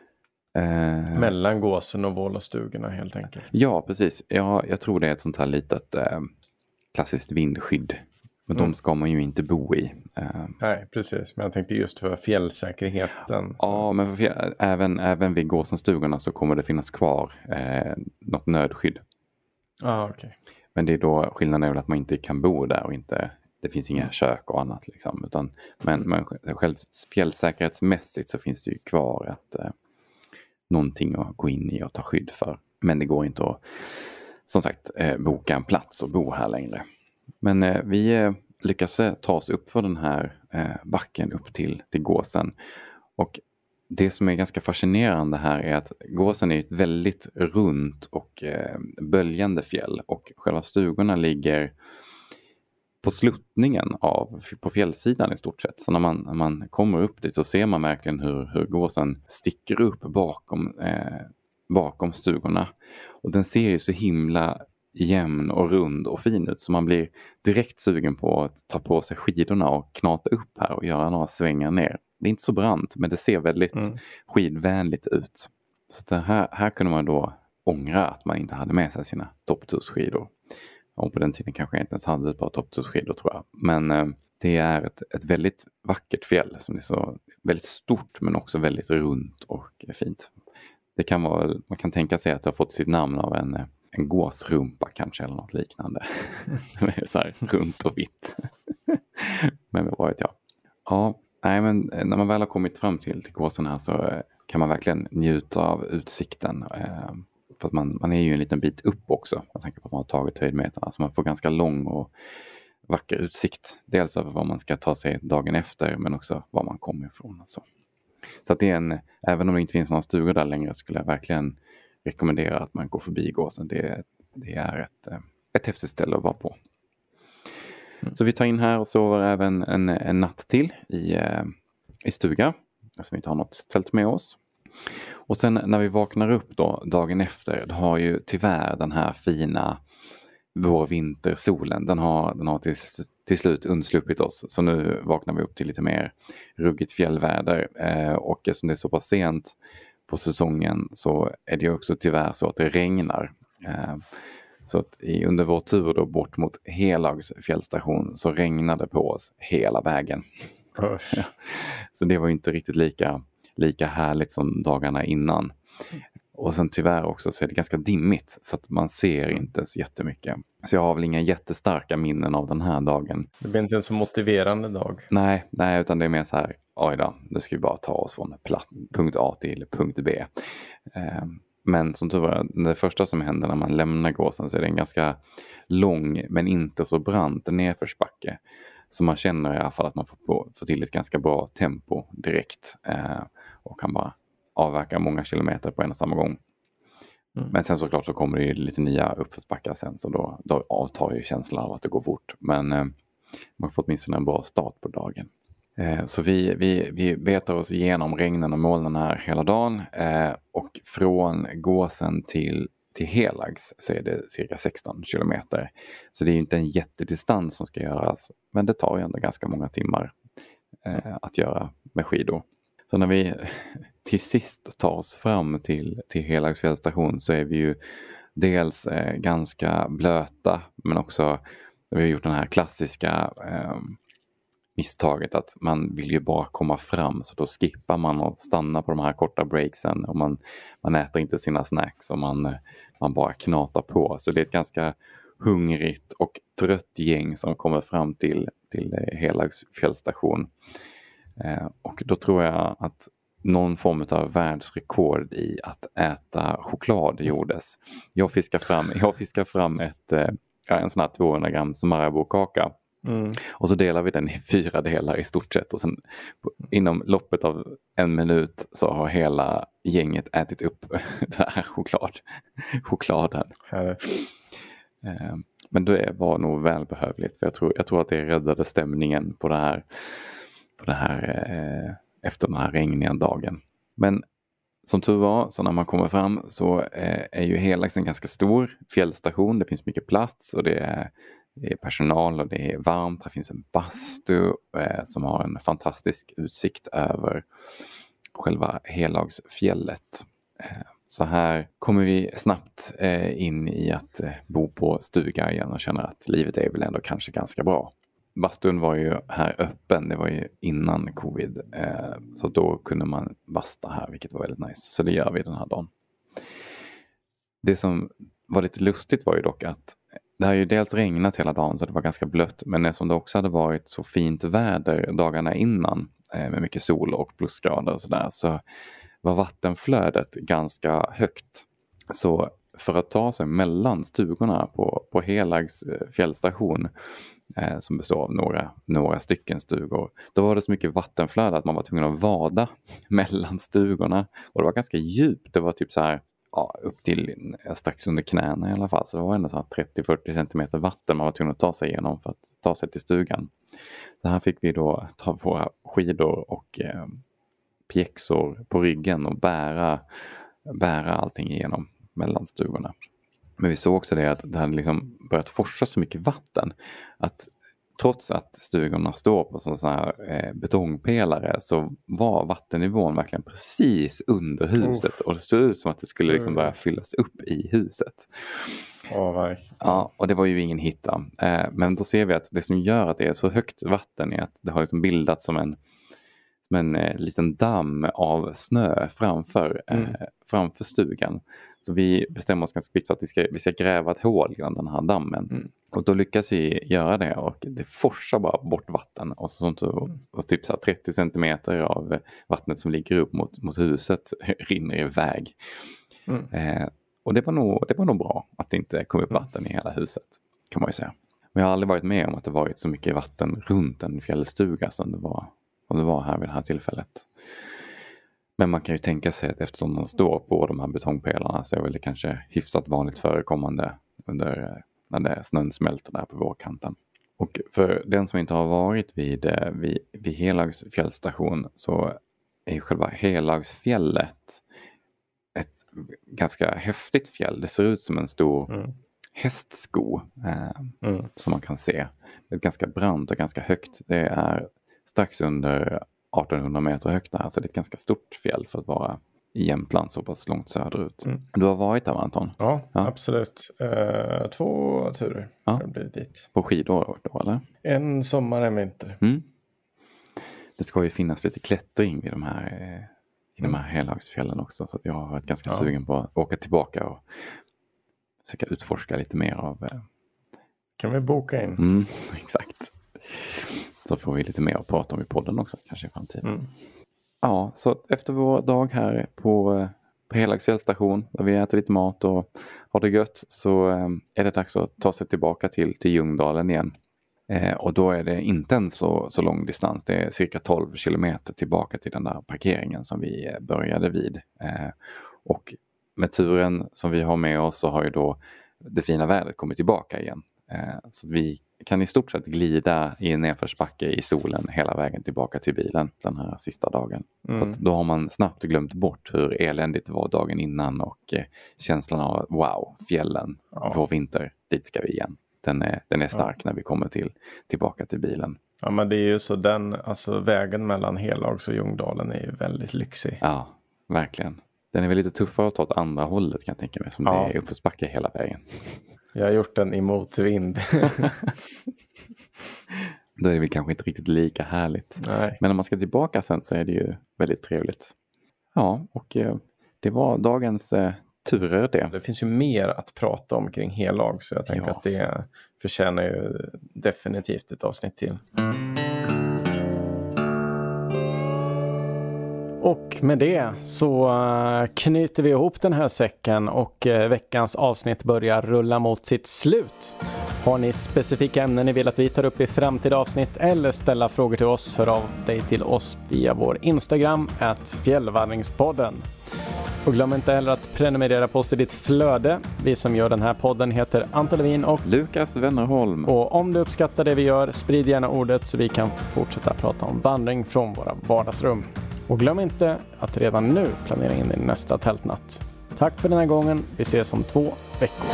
Mellan Gåsen och Vålåstugorna helt enkelt. Ja, precis. Jag tror det är ett sånt här litet klassiskt vindskydd. Men de ska man ju inte bo i. Nej, precis. Men jag tänkte just för fjällsäkerheten. Ja, men även vid Gåsenstugorna så kommer det finnas kvar något nödskydd. Okej. Men det är då skillnaden är väl att man inte kan bo där och det finns inga kök och annat liksom. Men själv fjällsäkerhetsmässigt så finns det ju kvar någonting att gå in i och ta skydd för. Men det går inte att som sagt boka en plats och bo här längre. Men vi lyckas ta oss upp för den här backen upp till Gåsen. Och det som är ganska fascinerande här är att Gåsen är ett väldigt runt och böljande fjäll. Och själva stugorna ligger på sluttningen på fjällsidan i stort sett. Så när man kommer upp dit så ser man verkligen hur Gåsen sticker upp bakom stugorna. Och den ser ju så himla jämn och rund och fin ut. Så man blir direkt sugen på att ta på sig skidorna och knata upp här och göra några svängar ner. Det är inte så brant men det ser väldigt skidvänligt ut. Så att här kunde man då ångra att man inte hade med sig sina topptursskidor. Och på den tiden kanske jag inte ens hade ett par topptursskidor tror jag. Men det är ett väldigt vackert fjäll som är så väldigt stort men också väldigt runt och fint. Det kan vara, man kan tänka sig att det har fått sitt namn av en gåsrumpa kanske eller något liknande. Som är så här runt och vitt. Men vad vet jag. Ja, nej men när man väl har kommit fram till Gåsen här så kan man verkligen njuta av utsikten. För att man är ju en liten bit upp också. Jag tänker på att man har tagit höjdmeterna. Så man får ganska lång och vacker utsikt. Dels över vad man ska ta sig dagen efter, men också var man kommer ifrån. Alltså. Så att det är även om det inte finns några stugor där längre, skulle jag verkligen rekommendera att man går förbi gåsen. Det är ett häftigt ställe att vara på. Så vi tar in här och sover även en natt till i stuga. Eftersom vi inte har något tält med oss. Och sen när vi vaknar upp då dagen efter, då har ju tyvärr den här fina vår-vintersolen, den har till slut undsluppit oss. Så nu vaknar vi upp till lite mer ruggigt fjällväder. Och eftersom det är så pass sent på säsongen så är det ju också tyvärr så att det regnar. Så att under vår tur då bort mot Helags fjällstation så regnade på oss hela vägen. Så det var inte riktigt lika härligt som dagarna innan. Och sen tyvärr också så är det ganska dimmigt så att man ser inte så jättemycket. Så jag har väl inga jättestarka minnen av den här dagen. Det blir inte en så motiverande dag. Nej, utan det är mer så här, oj då, nu ska vi bara ta oss från punkt A till punkt B. Men som tur var, det första som händer när man lämnar gåsen så är det en ganska lång men inte så brant nedförsbacke. Så man känner i alla fall att man får till ett ganska bra tempo direkt. Och kan bara avverka många kilometer på en och samma gång. Men sen såklart så kommer det ju lite nya uppförsbackar sen. Så då avtar ju känslan av att det går fort. Men man får åtminstone en bra start på dagen. Så vi vetar oss igenom regnen och molnen här hela dagen. Och från gåsen till Helags så är det cirka 16 kilometer. Så det är ju inte en jättedistans som ska göras. Men det tar ju ändå ganska många timmar att göra med skidor. Så när vi till sist tar oss fram till Helags fjällstation så är vi ju dels ganska blöta. Men också vi har gjort den här klassiska misstaget att man vill ju bara komma fram. Så då skippar man och stannar på de här korta breaksen. Och man äter inte sina snacks och man bara knatar på. Så det är ett ganska hungrigt och trött gäng som kommer fram till Helags fjällstation. Och då tror jag att någon form av världsrekord i att äta choklad gjordes. Jag fiskar fram en sån här 200 gram Marabou-kaka. Och så delar vi den i 4 delar i stort sett. Och sen inom loppet av 1 minut så har hela gänget ätit upp den här chokladen. Men det var nog välbehövligt. För jag tror att det räddade stämningen på det här efter den här regniga dagen. Men som tur var, så när man kommer fram så är ju Helags en ganska stor fjällstation. Det finns mycket plats och det är personal och det är varmt. Här finns en bastu som har en fantastisk utsikt över själva Helagsfjället. Så här kommer vi snabbt in i att bo på stuga igen och känner att livet är väl ändå kanske ganska bra. Bastun var ju här öppen, det var ju innan covid. Så då kunde man basta här, vilket var väldigt nice. Så det gör vi den här dagen. Det som var lite lustigt var ju dock att det har ju dels regnat hela dagen så det var ganska blött. Men eftersom det också hade varit så fint väder dagarna innan med mycket sol och plusgrader och sådär, så var vattenflödet ganska högt. Så för att ta sig mellan stugorna på Helags fjällstation som består av några stycken stugor, då var det så mycket vattenflöde att man var tvungen att vada mellan stugorna. Och det var ganska djupt, det var typ så här upp till strax under knäna i alla fall. Så det var ändå så här 30-40 centimeter vatten man var tvungen att ta sig igenom för att ta sig till stugan. Så här fick vi då ta våra skidor och pjäxor på ryggen och bära allting igenom mellan stugorna. Men vi såg också det att det hade liksom börjat forsa så mycket vatten att trots att stugorna står på sådana här betongpelare så var vattennivån verkligen precis under huset. Och det såg ut som att det skulle liksom börja fyllas upp i huset. Ja, och det var ju ingen hitta. Men då ser vi att det som gör att det är så högt vatten är att det har liksom bildats som en liten damm av snö framför stugan. Så vi bestämmer oss ganska kvickt för att vi ska gräva ett hål i den här dammen. Och då lyckas vi göra det och det forsar bara bort vatten. Och typ så 30 centimeter av vattnet som ligger upp mot huset rinner iväg. Och det var nog bra att det inte kom upp vatten i hela huset, kan man ju säga. Men jag har aldrig varit med om att det varit så mycket vatten runt en fjällstuga som det var här vid det här tillfället. Men man kan ju tänka sig att eftersom de står på de här betongpelarna så är det kanske hyfsat vanligt förekommande under när det snön smälter där på vårkanten. Och för den som inte har varit vid Helags fjällstation så är själva Helagsfjället ett ganska häftigt fjäll. Det ser ut som en stor hästsko som man kan se. Det är ganska brant och ganska högt. Det är strax under 1800 meter högt där. Så det är ett ganska stort fjäll för att vara i Jämtland så pass långt söderut. Du har varit där, Anton? Ja. Absolut. 2 turer har det blivit dit. På skidor då, eller? En sommar, en vinter. Det ska ju finnas lite klättring i de här Helagsfjällen också. Så att jag har varit ganska sugen på att åka tillbaka och försöka utforska lite mer av... Kan vi boka in? Exakt. Så får vi lite mer att prata om i podden också kanske i framtiden. Ja, så efter vår dag här på Helags fjällstation där vi äter lite mat och har det gött så är det dags att ta sig tillbaka till Ljungdalen igen. Och då är det inte en så lång distans. Det är cirka 12 kilometer tillbaka till den där parkeringen som vi började vid. Och med turen som vi har med oss så har ju då det fina vädret kommit tillbaka igen. Så vi kan i stort sett glida i en nedförsbacke i solen hela vägen tillbaka till bilen den här sista dagen. Så att då har man snabbt glömt bort hur eländigt det var dagen innan och känslan av wow, fjällen, vår vinter, dit ska vi igen. Den är stark när vi kommer tillbaka till bilen. Ja, men det är ju så vägen mellan Helags och Ljungdalen är ju väldigt lyxig. Ja, verkligen. Den är väl lite tuffare att ta åt andra hållet kan jag tänka mig. Som det är uppförsbacke hela vägen. Jag har gjort den i motvind. Då är det väl kanske inte riktigt lika härligt. Nej. Men när man ska tillbaka sen så är det ju väldigt trevligt. Ja, och det var dagens turer det. Det finns ju mer att prata om kring Helag så jag tänker att det förtjänar ju definitivt ett avsnitt till. Och med det så knyter vi ihop den här säcken och veckans avsnitt börjar rulla mot sitt slut. Har ni specifika ämnen ni vill att vi tar upp i framtida avsnitt eller ställa frågor till oss, hör av dig till oss via vår Instagram @fjällvandringspodden. Och glöm inte heller att prenumerera på oss i ditt flöde. Vi som gör den här podden heter Anton Levin och Lukas Wennerholm. Och om du uppskattar det vi gör, sprid gärna ordet så vi kan fortsätta prata om vandring från våra vardagsrum. Och glöm inte att redan nu planera in din nästa tältnatt. Tack för den här gången. Vi ses om 2 veckor.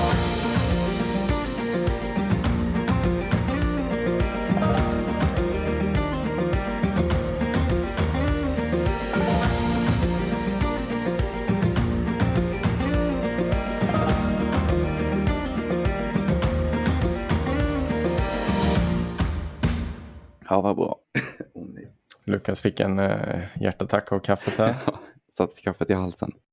Ja, vad bra. Lukas fick en hjärtattack av kaffet här. Satt kaffet i halsen.